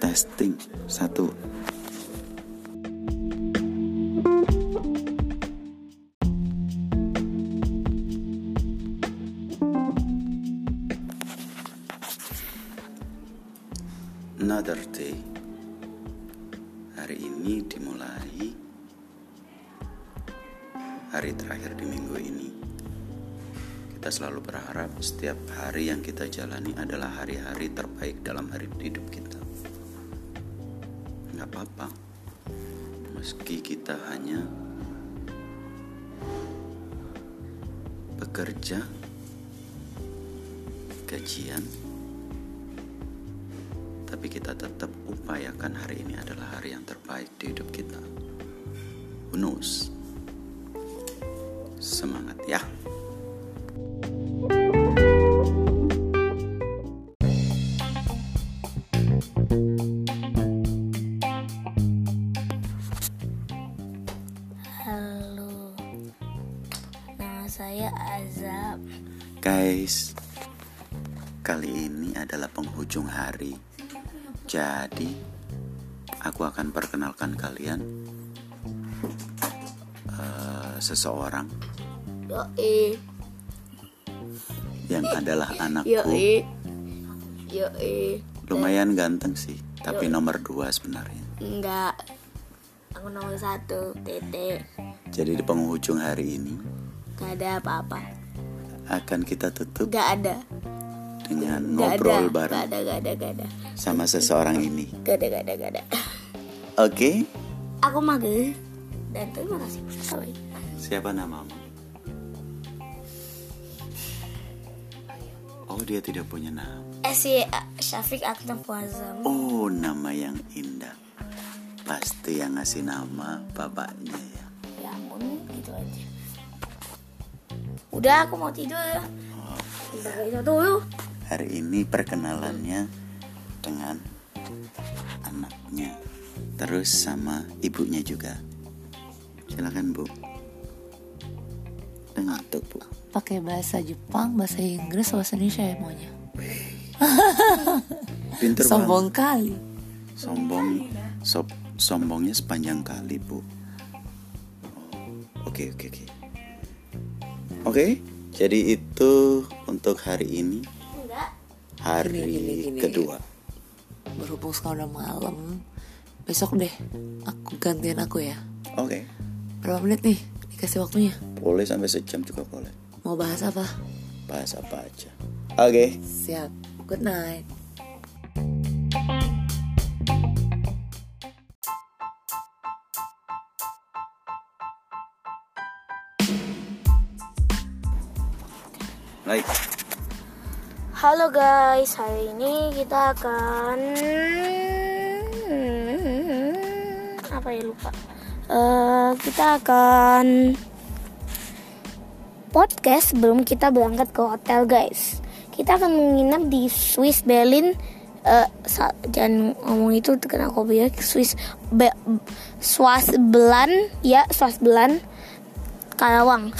Testing 1. Another day. Hari ini dimulai hari terakhir di minggu ini. Kita selalu berharap setiap hari yang kita jalani adalah hari-hari terbaik dalam hidup kita. Gak apa-apa, meski kita hanya bekerja, gajian, tapi kita tetap upayakan hari ini adalah hari yang terbaik di hidup kita. Who knows? Semangat ya. Halo, nama saya Azab. Guys, kali ini adalah penghujung hari. Jadi, aku akan perkenalkan kalian seseorang Yoi. yang adalah anakku. Yoi. Lumayan ganteng sih, tapi nomor 2 sebenarnya. Enggak, aku nomor 1, Tete. Jadi di penghujung hari ini Gak ada apa-apa. akan kita tutup Gak ada. dengan Gak ngobrol ada. bareng Gak ada. sama seseorang ini. Gak ada. Oke? Aku mager. Dan terima kasih. Bye. Siapa namamu? Oh, dia tidak punya nama. Si Syafiq Aktam Puazam. Oh, nama yang indah. Pasti yang ngasih nama bapaknya ya. Ya ampun, gitu aja. Udah, aku mau tidur ya. Udah dulu. Hari ini perkenalannya dengan anaknya, terus sama ibunya juga. Silakan Bu. Dengan tuh Bu. Pakai bahasa Jepang, bahasa Inggris, bahasa Indonesia ya maunya. Pinter Sombong banget. kali. Sombongnya sepanjang kali Bu. Oke. Oke, jadi itu untuk hari ini. Hari Gini. kedua. Berhubung sekarang udah malam, besok deh aku gantian aku ya. Oke. Berapa menit nih dikasih waktunya? Boleh sampai sejam juga boleh. Mau bahas apa? Bahas apa aja. Oke. Siap. Good night. Baik. Halo guys, hari ini kita akan apa ya lupa. Kita akan podcast sebelum kita berangkat ke hotel guys. Kita akan menginap di Swiss Berlin. Jangan ngomong itu karena aku bilang Swasbelan ya, Swasbelan Karawang.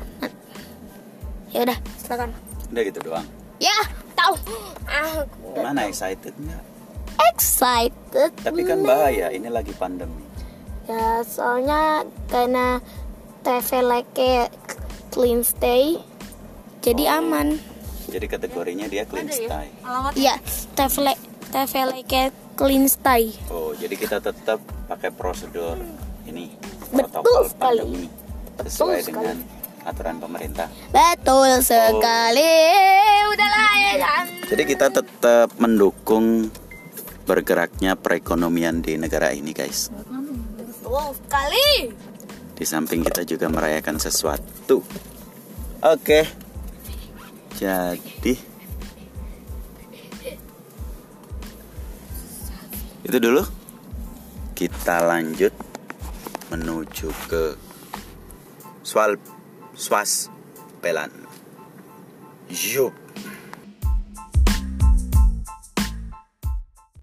Ya udah, silakan. Udah gitu doang. Ya, tahu. Gimana, excited nggak? Excited. Tapi kan bahaya, ini lagi pandemi. Ya, soalnya karena travel like clean stay, jadi aman. Jadi kategorinya dia clean stay. Iya, travel like clean stay. Oh, jadi kita tetap pakai prosedur ini. Betul Protokol sekali. pandemi. Betul Sesuai sekali. dengan aturan pemerintah. Betul sekali. Udahlah ya kan. Jadi kita tetap mendukung bergeraknya perekonomian di negara ini, guys. Betul sekali. Di samping kita juga merayakan sesuatu. Oke. Jadi itu dulu. Kita lanjut menuju ke Swasbelan. Yup.